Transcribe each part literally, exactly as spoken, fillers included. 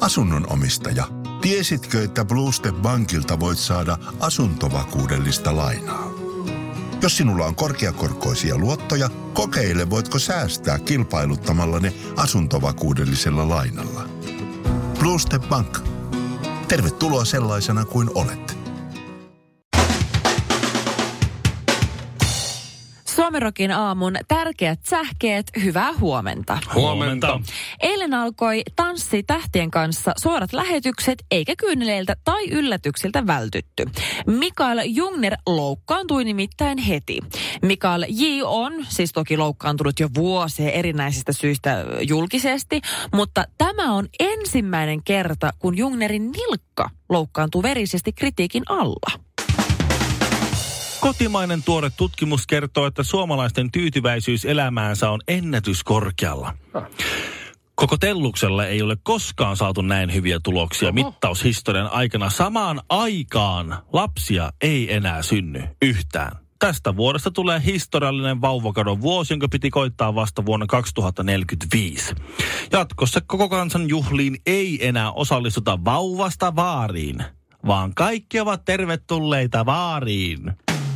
Asunnonomistaja, tiesitkö, että Blue Step Bankilta voit saada asuntovakuudellista lainaa? Jos sinulla on korkeakorkoisia luottoja, kokeile voitko säästää kilpailuttamalla ne asuntovakuudellisella lainalla. Blue Step Bank. Tervetuloa sellaisena kuin olet. Suomirokin aamun tärkeät sähkeet, hyvää huomenta. Huomenta. Eilen alkoi Tanssi tähtien kanssa suorat lähetykset, eikä kyyneleiltä tai yllätyksiltä vältytty. Mikael Jungner loukkaantui nimittäin heti. Mikael J. on siis toki loukkaantunut jo vuosia erinäisistä syistä julkisesti, mutta tämä on ensimmäinen kerta, kun Jungnerin nilkka loukkaantuu verisesti kritiikin alla. Kotimainen tuore tutkimus kertoo, että suomalaisten tyytyväisyys elämäänsä on ennätyskorkealla. Koko Telluksella ei ole koskaan saatu näin hyviä tuloksia mittaushistorian aikana. Samaan aikaan lapsia ei enää synny yhtään. Tästä vuodesta tulee historiallinen vauvakadon vuosi, jonka piti koittaa vasta vuonna kaksituhattaneljäkymmentäviisi. Jatkossa koko kansan juhliin ei enää osallistuta vauvasta vaariin, vaan kaikki ovat tervetulleita vaariin.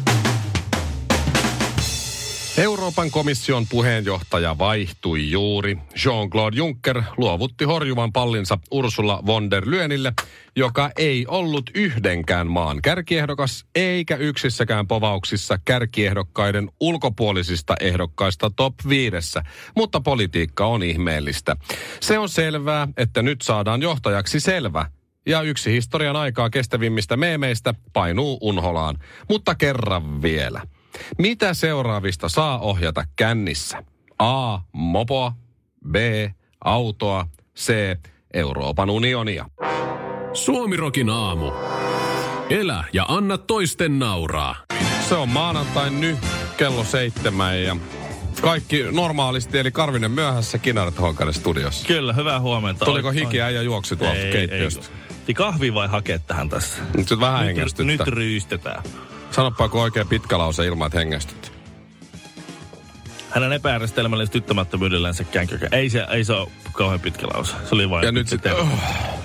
Euroopan komission puheenjohtaja vaihtui juuri. Jean-Claude Juncker luovutti horjuvan pallinsa Ursula von der Leyenille, joka ei ollut yhdenkään maan kärkiehdokas, eikä yksissäkään povauksissa kärkiehdokkaiden ulkopuolisista ehdokkaista top viidessä. Mutta politiikka on ihmeellistä. Se on selvää, että nyt saadaan johtajaksi selvä. Ja yksi historian aikaa kestävimmistä meemeistä painuu unholaan. Mutta kerran vielä. Mitä seuraavista saa ohjata kännissä? A. Mopoa. B. Autoa. C. Euroopan unionia. Suomirokin aamu. Elä ja anna toisten nauraa. Se on maanantai nyt kello seitsemän ja kaikki normaalisti, eli Karvinen myöhässä, Kinaret Honkanen studiossa. Kyllä, hyvää huomenta. Tuliko hiki äijä juoksi tuolta ei, keittiöstä? Ei, kahvi vai hakea tähän tässä? Nyt sit vähän nyt, hengästyttää. Nyt ryystetään. Sanoppa, kun oikein pitkä lause ilman, että hengästyt. Hänen epäjärjestelmällisesti tyttämättömyydellänsä känkökä. Ei se, ei se ole kauhean pitkä lause. Se oli vain... Ja nyt sitten... Oh.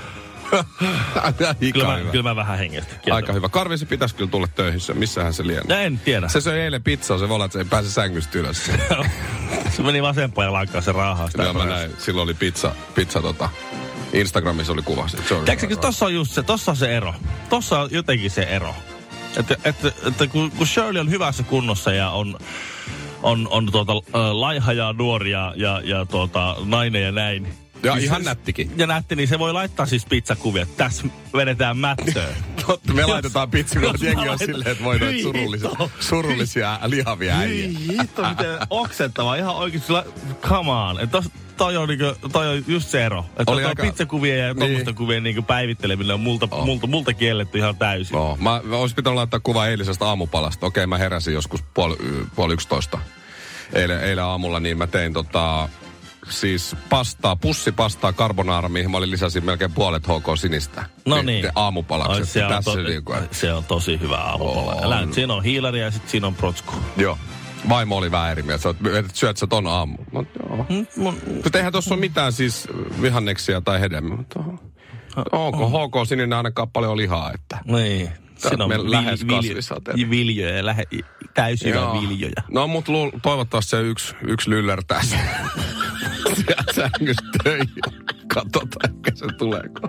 kyllä, mä, kyllä mä vähän hengästyn. Aika hyvä. Karvisi pitäisi kyllä tulla töihin. Missähän se lienee? En tiedä. Se söi eilen pizzaa. Se voi olla, että se ei pääse sängystä ylös. Se meni vasempaan ja lankkaan se raahaa. Joo, mä näin. Silloin oli pizza, pizza tota... Instagramissa oli kuva. Tiedätkö, tossa on just se, tossa on se ero. Tossa on jotenkin se ero. Että, että, että kun, kun Shirley on hyvässä kunnossa ja on, on, on tuota, laiha ja nuori ja, ja, ja tuota, nainen ja näin. Ja niin ihan se, nättikin. Ja nätti, niin se voi laittaa siis pizzakuvia. Tässä vedetään mättöön. Totta, me laitetaan pizzakuvia, että jengi on silleen, että voidaan surullisia, surullisia lihavia äijä. Hitto, miten oksettavaa. Ihan oikeasti, come on. Että toi on, niinku, toi on just se ero. Että toi aika... pizzakuvia ja tuommoisten niin. kuvien niinku päivitteleminen on multa, oh. multa, multa kielletty ihan täysin. Oh. Mä, mä olisin pitänyt laittaa kuva eilisestä aamupalasta. Okei, mä heräsin joskus puoli, puoli yksitoista eilen, eilen aamulla, niin mä tein tota... Siis pastaa, pussipastaa carbonara, mihin mä olin lisäsin melkein puolet H K sinistä. No niin. Aamupalaksi. Se on, Tässä to, niin kuin... se on tosi hyvä aamupala. Oh. Älä, siinä on hiilari ja sitten siinä on protsku. Joo. Vaimo oli vähän eri mieltä. Syöt sä ton aamu? No, joo. Mm, mun... Eihän tuossa ole mitään siis vihanneksia tai hedelmiä. Onko H K sininen ainakaan paljon lihaa, että... Niin. Siinä on vil, lähes vil, viljoja, lähe, täysin viljoja. No mut luul, toivottavasti se yksi, yksi lyllertää sieltä sängystä töihin. Katsotaan, mikä se tuleeko.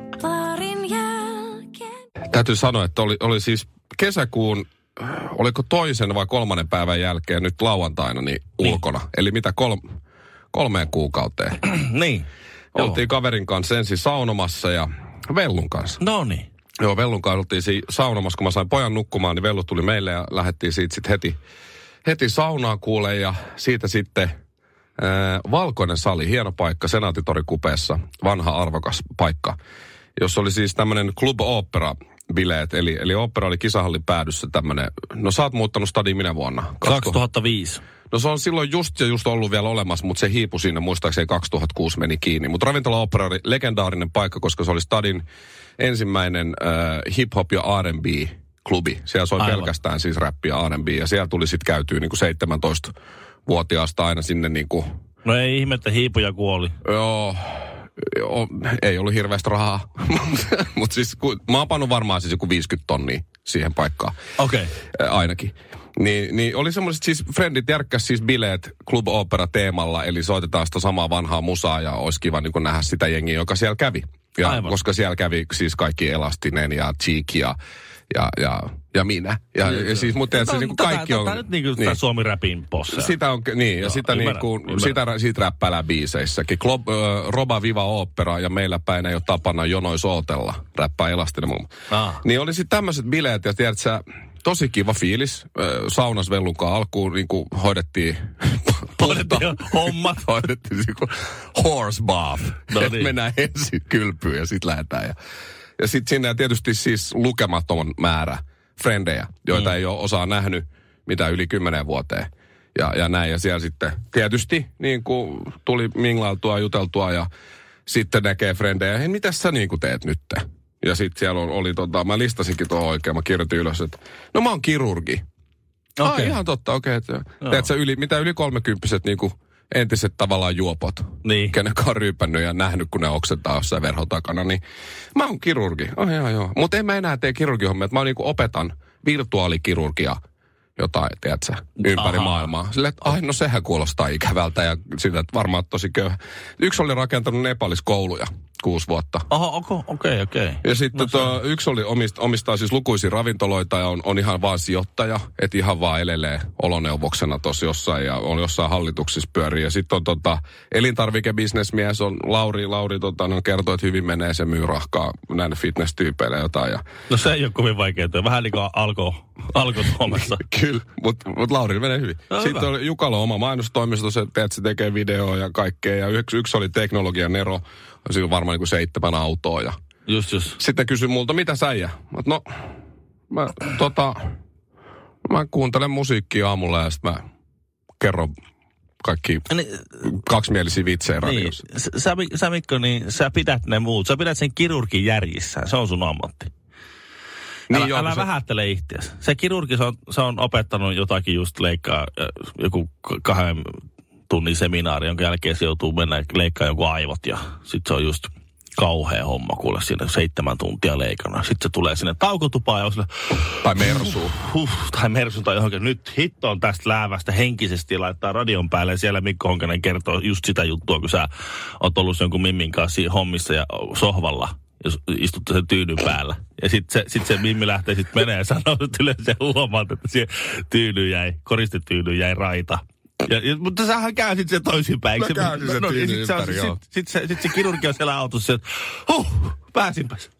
Täytyy sanoa, että oli, oli siis kesäkuun, oliko toisen vai kolmannen päivän jälkeen nyt lauantaina niin ulkona. Niin. Eli mitä kol, kolmeen kuukauteen. Niin. Oltiin Joo. kaverin kanssa ensin saunomassa ja Vellun kanssa. No niin. Joo, Vellun kanssa oltiin siinä saunomassa, kun mä sain pojan nukkumaan, niin Vellu tuli meille ja lähdettiin siitä sitten heti, heti saunaan kuulee ja siitä sitten ää, valkoinen sali, hieno paikka, Senaattitori kupeessa, vanha arvokas paikka, jossa oli siis tämmöinen Club Opera-bileet, eli, eli opera oli kisahallin päädyssä tämmöinen, no sä oot muuttanut stadiin minä vuonna? kaksituhattaviisi. No se on silloin just ja just ollut vielä olemassa, mutta se hiipui siinä, muistaakseni kaksituhattakuusi meni kiinni. Mutta Ravintola Opera oli legendaarinen paikka, koska se oli stadin ensimmäinen äh, hip-hop ja R and B-klubi. Siellä soi Aivan. pelkästään siis räppiä ja R and B, ja siellä tuli sitten käytyä niin kuin seitsemäntoista-vuotiaasta aina sinne niin kuin... No ei ihme, että hiipuja kuoli. Joo, O, ei ollut hirveästi rahaa, mutta siis kun, mä oon pannut varmaan siis joku viisikymmentä tonnia siihen paikkaan. Okei. Okay. Ainakin. Niin, niin oli semmoiset siis, frendit järkkäs siis bileet Club Opera teemalla, eli soitetaan sitä samaa vanhaa musaa ja olisi kiva niin nähdä sitä jengiä, joka siellä kävi. Ja, aivan. Koska siellä kävi siis kaikki Elastinen ja Cheek ja, ja, ja, ja minä. Ja, ja, ja siis, mutta no, se niin kuin kaikki on... Tämä nyt niin kuin niin. Suomi-räpin posseja. Sitä on, niin, ja Joo, sitä ymmärrän, niin kuin, ymmärrän. sitä, siitä räppäilään biiseissäkin. Club, äh, Roba Viva Opera ja meillä päin ei ole tapana jonois ootella, räppää Elastinen muun. Ah. Niin oli sitten tämmöiset bileet, ja tiedät sä, tosi kiva fiilis. Saunas Vellunkaan alkuun niin kuin hoidettiin... hoidettiin hommat. Hoidettiin niin kuin horse bath. No niin. Mennään ensin kylpyyn ja sitten lähdetään. Ja, ja sitten sinne tietysti siis lukemattoman määrä frendejä, joita mm. ei ole osaa nähnyt mitä yli kymmenen vuoteen. Ja, ja näin. Ja siellä sitten tietysti niin kuin tuli minglailtua, juteltua ja sitten näkee frendejä. Hei, mitäs sä niin kuin teet nyt? Ja sitten siellä oli, oli tota, mä listasinkin tuohon oikein, mä kirjoitin ylös, että no mä oon kirurgi. Okay. Ai ihan totta, okei. Okay, teetkö yli, mitä yli kolmekymppiset niinku entiset tavallaan juopot, niin. Kenen on ryypännyt ja nähnyt, kun ne oksentaa jossain verho takana, niin mä oon kirurgi. Oh, joo, joo. Mutta en mä enää tee kirurgihommia, että mä niinku opetan virtuaalikirurgia jotain, tiedätkö, ympäri Aha. maailmaa. Silleen, että ai, no sehän kuulostaa ikävältä ja sitä, että varmaan tosi köyhä. Yksi oli rakentanut Nepalis kouluja kuusi vuotta. Aha, okei, okei. Okay, okay. Ja sitten no, to, yksi oli omist, omistaa siis lukuisia ravintoloita ja on, on ihan vaan sijoittaja, että ihan vaan elelee oloneuvoksena tuossa jossain ja on jossain hallituksissa pyörii. Ja sitten on tota, elintarvikebisnesmies, on Lauri, Lauri tota, no, kertoo, että hyvin menee, se myy rahkaa näille fitness-tyypeille jotain. Ja... No se ei ole kovin vaikeaa, vähän niin kuin alko, alko Suomessa. Kyllä, mutta mut Lauri menee hyvin. No, sitten hyvä. Oli Jukalo oma mainostoimisto, se, teet, se tekee videoa ja kaikkea. Ja yksi, yksi oli teknologian Nero. Siinä on varmaan niin kuin seitsemän autoa. Ja just, just. Sitten kysyi multa, mitä säijä? Mä, no, mä, tota, mä kuuntelen musiikkia aamulla ja sitten mä kerron kaikki niin, kaksimielisiä vitsejä radiossa. Niin, sä, sä Mikko, niin sä pidät ne muut. Sä pidät sen kirurgin järjissä. Se on sun ammatti. Älä, niin joo, älä se... vähättele itseäsi. Se kirurgi, se on, se on opettanut jotakin just leikkaa joku kahden tunnin seminaari, jonka jälkeen se joutuu mennä leikkaa joku aivot ja sit se on just kauhea homma, kuule siinä seitsemän tuntia leikana. Sitten se tulee sinne taukotupaan ja on sille... Tai mersuun. Huh, tai mersuun tai johonkin. Nyt hitto on tästä läävästä henkisesti ja laittaa radion päälle ja siellä Mikko Honkanen kertoo just sitä juttua, kun sä oot ollut jonkun Mimmin kanssa hommissa ja sohvalla. Jos istutte sen tyynyn päällä. Ja sitten se, sit se Mimmi lähtee sitten menee ja sanoo, että yleensä huomaat, että siihen tyyny jäi, koristetyyny jäi raita. Ja, ja, mutta sähän käänsit sen toisinpäin. Mä käänsin sen no, tyyny sit ympäri, se, joo. Sitten sit, sit, sit se kirurgi on siellä autossa, että huh, pääsinpäs.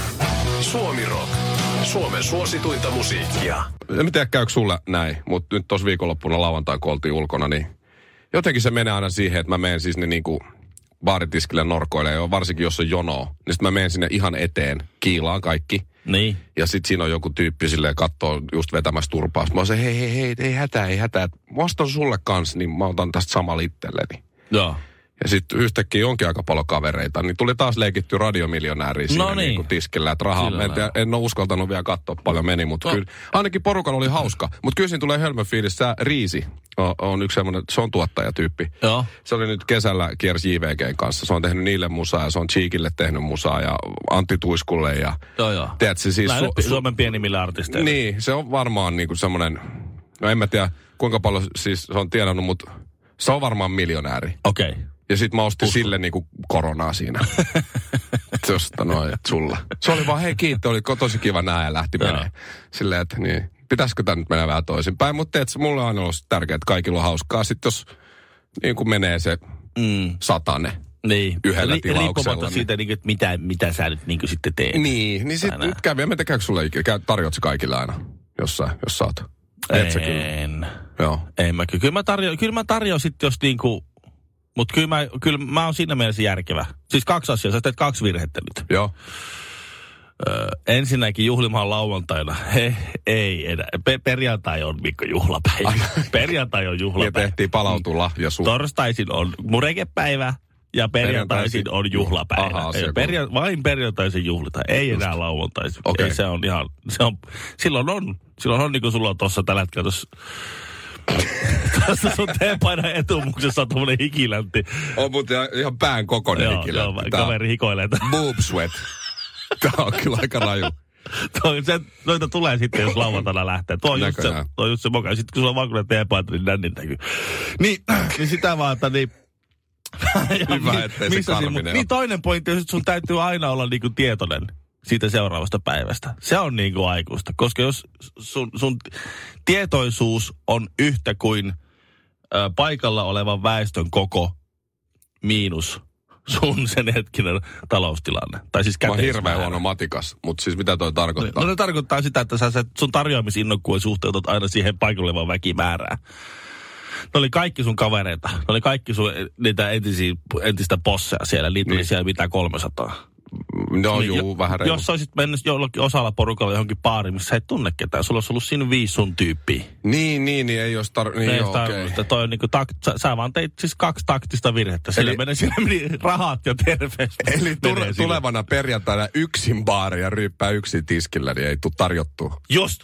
Suomi Rock. Suomen suosituinta musiikkia. En tiedä, käykö sulle näin, mutta nyt tuossa viikonloppuna lauantain, kun oltiin ulkona, niin jotenkin se menee aina siihen, että mä menen siis ne niinku baaritiskille norkoille, ja varsinkin jos on jonoa, niin sitten mä menen sinne ihan eteen, kiilaan kaikki. Niin. Ja sitten siinä on joku tyyppi silleen kattoo just vetämässä turpaa. Mä oon se, hei, hei, hei, ei hätää, ei hätää. Mä ostan sulle kanssa, niin mä otan tästä samalla itselleni. Joo. Ja sitten yhtäkkiä onkin aika paljon kavereita, niin tuli taas leikitty radiomiljonääriä siinä no niin. niin tiskillä, että rahaa. En, en ole uskaltanut vielä katsoa paljon meni, mutta no. kyllä ainakin porukan oli hauska. Mutta kyllä siinä tulee hölmö fiilis. Sä Riisi on, on yksi semmoinen, se on tuottajatyyppi. Joo. Se oli nyt kesällä kiersi J V G:n kanssa. Se on tehnyt niille musaa ja se on Cheekille tehnyt musaa ja Antti Tuiskulle ja... Joo, joo. Tiedätkö, siis su- Suomen pienimmillä artisteilla. Niin, se on varmaan niinku semmoinen, no en mä tiedä kuinka paljon siis se on tienannut, mutta se on varmaan miljonääri. Okei. Okay. Ja sit mä ostin Uskon. sille niinku koronaa siinä. Josta noin, että sulla. Se oli vaan, hei kiitti, oli tosi kiva nää ja lähti menee. Silleen, että niin, pitäisikö tää nyt mennä vähän toisinpäin. Mutta teet, mulle on aina ollut tärkeää, että kaikilla on hauskaa. Sitten jos niin kuin menee se mm. satane niin. yhdellä Ri- tilauksella. Riippumatta niin. siitä, niin, että mitä, mitä sä nyt niin sitten teet. Niin, niin sit nyt kävi. En mä tiedä, sulle ikinä. Tarjoat se kaikille aina jossain, jos saat. En. Joo. En mä kyllä. Kyllä mä tarjoan, kyllä mä tarjoan sitten, jos niinku... Mutta kyllä mä, kyllä mä oon siinä mielessä järkevä. Siis kaksi asiaa, sä teet kaksi virhettä nyt. Joo. Öö, ensinnäkin juhlimaan lauantaina. He, ei enää. Pe- perjantai on Mikko juhlapäivä. perjantai on juhlapäivä. Ja tehtiin palautulla ja su... Torstaisin on murekepäivä ja perjantaisin on juhlapäivä. Aha, ei, perja- vain perjantaisin juhlita. Ei Just. enää lauantaisin. Okay. Ei, se on ihan, se on, silloin on, silloin on niin kuin sulla on tuossa tällä hetkellä tuossa Tässä sun teepaidan etumuksessa on tommonen hikiläntti. On muuten ihan pään kokoinen hikiläntti. Joo, joo, kaveri hikoilee. Boob sweat. Tää on kyllä aika raju. Toi, se, noita tulee sitten, jos lauantaina lähtee. Tuo on just se, tuo on just se moka. Sitten kun sulla on valkoinen teepaita, niin nännin näkyy. Niin, niin sitä vaan, että niin... Hyvä, ettei se karmine Niin toinen pointti on, että sun täytyy aina olla niinku tietoinen siitä seuraavasta päivästä. Se on niinku aikuista, koska jos sun, sun tietoisuus on yhtä kuin ö, paikalla olevan väestön koko miinus sun sen hetkinen taloustilanne. Tai siis mä oon hirveän huono matikas, mutta siis mitä toi tarkoittaa? No, no tarkoittaa sitä, että sä sun tarjoamisinnokkuuden suhteutat aina siihen paikalla olevan väkimäärään. Ne oli kaikki sun kavereita. Ne oli kaikki sun niitä entisiä, entistä bosseja siellä. Niitä niin. Oli siellä mitään kolmesataa. No niin, juu, vähän reilu. Jos sä olisit mennyt jollakin osalla porukalla johonkin baariin, missä sä et tunne ketään. Sulla olisi ollut siinä viisi sun tyyppiä. Niin, niin, niin ei olisi tar... Niin, joo, okei. Okay. Toi on niinku tak... sä, sä vaan teit siis kaksi taktista virhettä. Siellä Eli... meni, siellä meni rahat ja terveys. Eli tule, tulevana perjantaina yksin baari ja ryyppää yksin tiskillä, niin ei tule tarjottua. Just.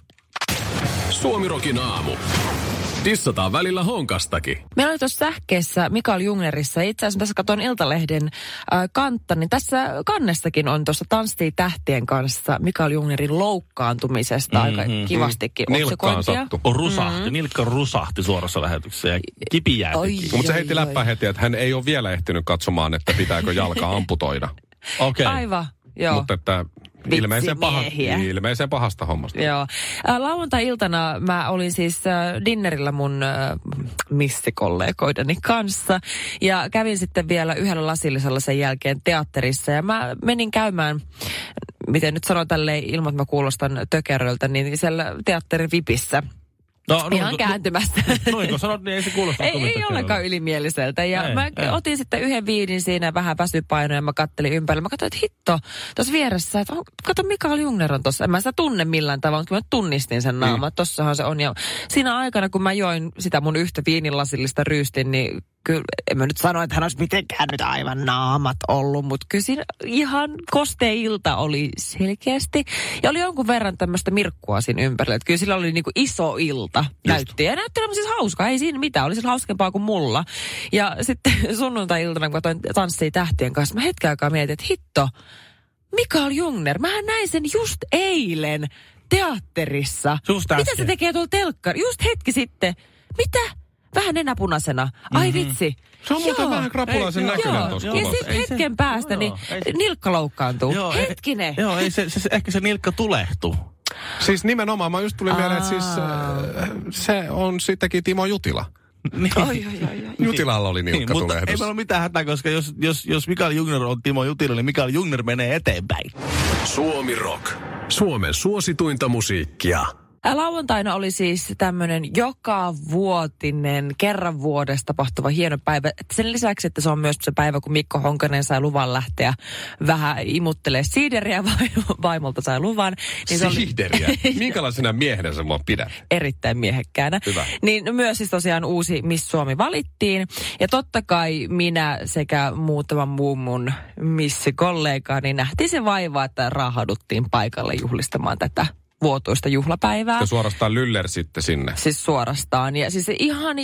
Suomirokin aamu. Dissataan välillä honkastakin. Meillä oli tuossa sähkeessä Mikael Jungnerissa. Itse asiassa tässä katson Iltalehden äh, kantta, niin tässä kannessakin on tuossa Tanssii tähtien kanssa Mikael Jungnerin loukkaantumisesta mm-hmm. aika kivastikin Nilkkaan sattu. On rusahti. Mm-hmm. Nilkka rusahti suorassa lähetyksessä ja kipiää teki. Mutta se heitti läppää heti, että hän ei ole vielä ehtinyt katsomaan, että pitääkö jalka amputoida. Okei. Okay. Aivan, joo. Mutta että... Ilmeisen, paha, ilmeisen pahasta hommasta. Joo. Lauantai-iltana mä olin siis äh, dinnerillä mun äh, missikollegoideni kanssa. Ja kävin sitten vielä yhdellä lasillisella sen jälkeen teatterissa. Ja mä menin käymään, miten nyt sanon tälleen ilman, että mä kuulostan tökeröltä, niin siellä teatterin vipissä. No, no, ihan no, kääntymästä. Noin kun sanot, niin ei se kuulosta. Ei, ei ollenkaan ylimieliseltä. Ja ei, mä ei. otin sitten yhden viinin siinä, vähän väsypainoja, ja mä kattelin ympärille. Mä katsoin, että hitto, tuossa vieressä, että on, kato Mikael Jungner on tuossa. En mä sitä tunne millään tavalla, mutta mä tunnistin sen naaman. Mm. Tossahan se on. Ja siinä aikana, kun mä join sitä mun yhtä viinilasillista ryystin, niin kyllä, en mä nyt sano, että hän olisi mitenkään nyt aivan naamat ollut, mutta kyllä siinä ihan kostea ilta oli selkeästi. Ja oli jonkun verran tämmöistä mirkkua siinä ympärillä, että kyllä sillä oli niinku iso ilta. Näytti. Ja näytti olevan siis hauskaa, ei siinä mitään, oli siis hauskempaa kuin mulla. Ja sitten sunnuntai-iltana, kun katsoin Tanssii tähtien kanssa, mä hetken aikaa mietin, että hitto, Mikael Jungner, mähän näin sen just eilen teatterissa. Mitä se tekee tuolla telkkari? Just hetki sitten. Mitä? Vähän nenäpunaisena. Ai mm-hmm. vitsi. Se on muuten vähän krapulaisen näköinen tuossa kuvassa. Ja sitten hetken se, päästä, no, niin se, nilkka loukkaantuu. Joo, hetkinen. Joo, ei se, se, ehkä se nilkka tulehtuu. Siis nimenomaan, mä just tulin mieleen, että siis äh, se on sittenkin Timo Jutila. Niin. Oi, oi, oi, oi. Jutilalla oli nilkka niin, tulehdus. Mutta ei meillä ole mitään hätää, koska jos, jos, jos Mikael Jungner on Timo Jutila, niin Mikael Jungner menee eteenpäin. Suomi Rock. Suomen suosituinta musiikkia. Lauantaina oli siis tämmöinen joka vuotinen, kerran vuodessa tapahtuva hieno päivä. Sen lisäksi, että se on myös se päivä, kun Mikko Honkanen sai luvan lähteä vähän imuttelee siideriä, vaimolta sai luvan. Niin se siideriä? Oli... Minkälaisena miehenä sä mua pidät? Erittäin miehekkäänä. Hyvä. Niin myös siis tosiaan uusi Miss Suomi valittiin. Ja totta kai minä sekä muutaman muun mun missikollegaa, niin nähtiin se vaiva, että raahaduttiin paikalle juhlistamaan tätä vuotuista juhlapäivää. Ja suorastaan lyller sitten sinne. Siis suorastaan. Ja siis ihan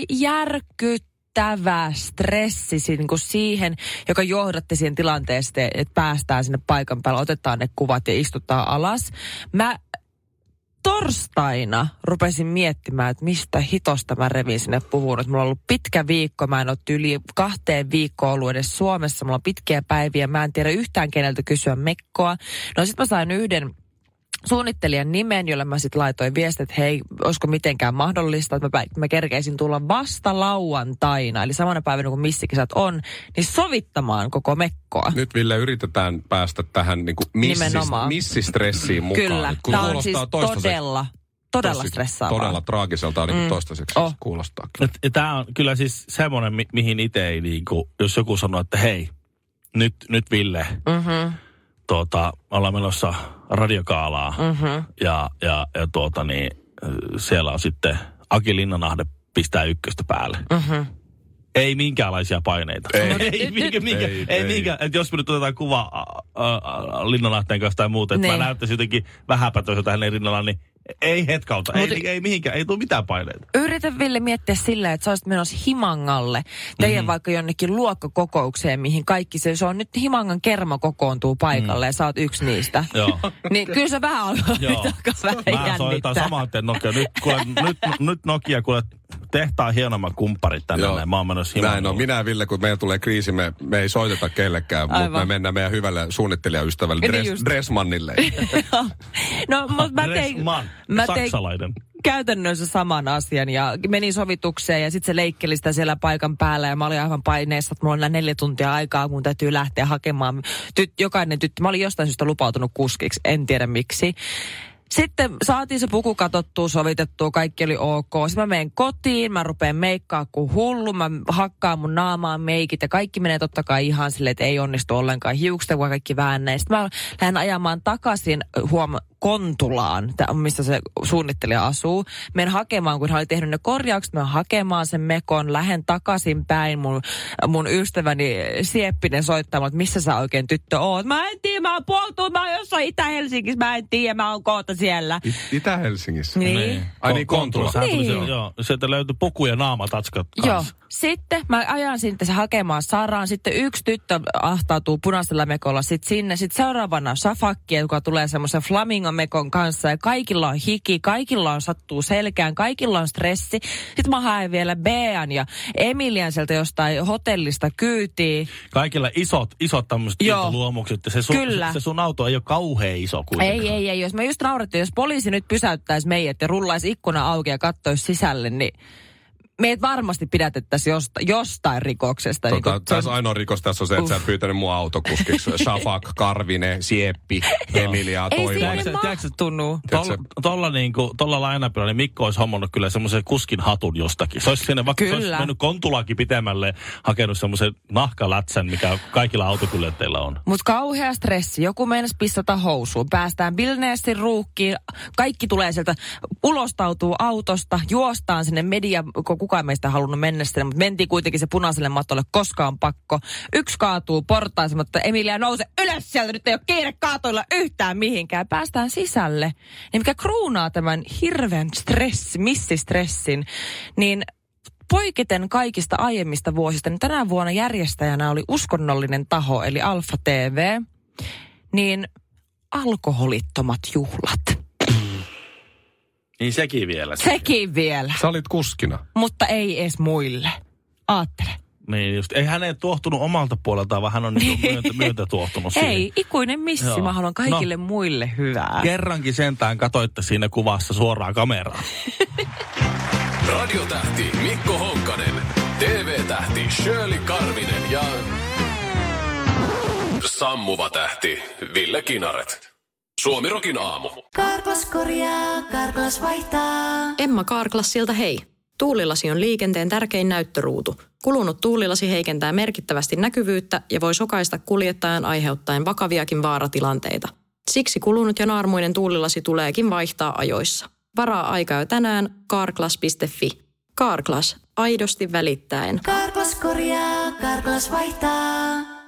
järkyttävä stressi niin kuin siihen, joka johdatti siihen tilanteeseen, että päästään sinne paikan päälle, otetaan ne kuvat ja istuttaa alas. Mä torstaina rupesin miettimään, että mistä hitosta mä revin sinne puhun. Että mulla on ollut pitkä viikko, mä en ole yli kahteen viikkoon ollut edes Suomessa. Mulla on pitkiä päiviä, mä en tiedä yhtään keneltä kysyä mekkoa. No sit mä sain yhden suunnittelijan nimen, jolle mä sitten laitoin viestit, että hei, olisiko mitenkään mahdollista, että mä, mä kerkeisin tulla vasta lauantaina, eli samana päivänä kun missikisat on, niin sovittamaan koko mekkoa. Nyt Ville yritetään päästä tähän niin kuin missis, missistressiin mukaan. Kyllä, tämä on siis todella, todella stressaavaa. Todella traagiselta niin kuin mm. toistaiseksi oh. kuulostaa. Tämä on kyllä siis semmoinen, mi- mihin itse ei niin kuin, jos joku sanoo, että hei, nyt, nyt Ville, mm-hmm. tuota, ollaan menossa radiokaalaa mm-hmm. ja, ja, ja tuota niin, siellä on sitten Aki Linnanahde pistää ykköstä päälle. Mm-hmm. Ei minkäänlaisia paineita. Ei, ei, minkä, minkä, ei, ei, ei minkään, että jos me nyt otetaan kuva Linnanahteen kanssa tai muuta, että mä näyttäisin jotenkin vähäpätöiseltä hänen rinnallaan, niin Ei hetkauta, ei, ei, ei mihinkään, ei tule mitään paineita. Yritä Ville miettiä sillä, että sä olisit menossa Himangalle, teidän mm-hmm. vaikka jonnekin luokkakokoukseen, mihin kaikki se, se on nyt Himangan kerma kokoontuu paikalle mm. ja sä oot yksi niistä. Joo. Niin kyllä se vähän alkaa vähän Mä soitan saman tien Nokia. Nyt, kuule, nyt, nyt Nokia, kuule, tehtaan hienomman kumpparit tänne. Joo. Mä oon menossa Himangalle. Näin on. Minä ja Ville, kun meillä tulee kriisi, me, me ei soiteta kellekään, mutta me mennään meidän hyvälle suunnittelijaystävälle niin Dres, Dressmannille. No, mutta mä tein, Dressmann, mä tein saksalainen. Käytännössä saman asian ja menin sovitukseen ja sitten se leikkeli sitä siellä paikan päällä ja mä olin aivan paineessa, että mulla on nämä neljä tuntia aikaa, kun täytyy lähteä hakemaan. Tyt, jokainen tyttö, mä olin jostain syystä lupautunut kuskiksi, en tiedä miksi. Sitten saatiin se puku katsottua, sovitettua, kaikki oli ok. Sitten mä menen kotiin, mä rupean meikkaa kuin hullu, mä hakkaan mun naamaan meikit ja kaikki menee totta kai ihan silleen, että ei onnistu ollenkaan hiukset, kun kaikki väännee. Sitten mä lähden ajamaan takaisin huom Kontulaan, missä se suunnittelija asuu. Menen hakemaan, kun hän oli tehnyt ne korjaukset, mä hakemaan sen mekon, lähden takaisin päin mun, mun ystäväni Sieppinen soittamaan, että missä sä oikein tyttö oot. Mä en tiedä, mä oon puoltuun, mä oon jossain Itä-Helsingissä, mä en tiedä, mä oon kohta siellä. It- Itä-Helsingissä? Niin. niin. Ai niin, Kontula. Niin. Joo, sieltä löytyi puku ja naamatatskat kanssa. Joo. Sitten mä ajan sitten se hakemaan Saraan. Sitten yksi tyttö ahtautuu punaisella mekolla sitten sinne. Sitten seuraavana Shafakki, joka tulee semmoisen flamingo-mekon kanssa. Ja kaikilla on hiki, kaikilla on sattuu selkään, kaikilla on stressi. Sitten mä haen vielä Bean ja Emilian sieltä jostain hotellista kyytiin. Kaikilla isot, isot tämmöiset luomukset. Se sun, se, se sun auto ei ole kauhean iso kuitenkaan. Ei, ei, ei. Jos mä just naurettiin, jos poliisi nyt pysäyttäisi meidät ja rullaisi ikkuna auki ja kattoisi sisälle, niin meidät varmasti pidätettäisiin josta, jostain rikoksesta. Tota, niin tässä ainoa rikos tässä on se, että uh. sä et pyytänyt mua autokuskiksi. Shafak, Karvinen, Sieppi, Emilia, Toivonen. Ei siihen mahtunut. Tuolla niinku, lainapilla niin Mikko olisi hommannut kyllä semmoisen kuskin hatun jostakin. Se olisi sinne, vaikka kyllä. Se olisi mennyt Kontulaakin pitemmälle, hakenut semmoisen nahkalätsän, mikä kaikilla autokuljetteilla on. Mutta kauhea stressi. Joku meinasi pissata housuun. Päästään Billneessin ruuhkiin. Kaikki tulee sieltä, ulostautuu autosta, juostaan sinne media, kukaan meistä halunnut mennä sinne, mutta mentiin kuitenkin se punaiselle matolle, koska on pakko. Yksi kaatuu portaisen, mutta Emilia nouse ylös sieltä, nyt ei ole kiire kaatoilla yhtään mihinkään. Päästään sisälle. Niin mikä kruunaa tämän hirveän stressi, missistressin, niin poiketen kaikista aiemmista vuosista, niin tänä vuonna järjestäjänä oli uskonnollinen taho, eli Alfa T V, niin alkoholittomat juhlat. Niin sekin vielä. Sekin vielä. Sä olit kuskina. Mutta ei edes muille. Aattele. Niin just. Ei hän ei tuohtunut omalta puoleltaan, vaan hän on niin myöntä, myöntä tuohtunut siihen. Ei, ikuinen missi. Joo. Mä haluan kaikille no, muille hyvää. Kerrankin sentään katoitte siinä kuvassa suoraan kameraan. Radiotähti Mikko Honkanen, T V-tähti Shirley Karvinen ja sammuva tähti Ville Kinaret. Suomi Rokin aamu. Karklas korjaa, Karklas vaihtaa. Emma Karklassilta hei. Tuulilasi on liikenteen tärkein näyttöruutu. Kulunut tuulilasi heikentää merkittävästi näkyvyyttä ja voi sokaista kuljettajan aiheuttaen vakaviakin vaaratilanteita. Siksi kulunut ja naarmuinen tuulilasi tuleekin vaihtaa ajoissa. Varaa aikaa jo tänään karklas piste fi. Karklas, aidosti välittäen. Karklas korjaa, Karklas vaihtaa.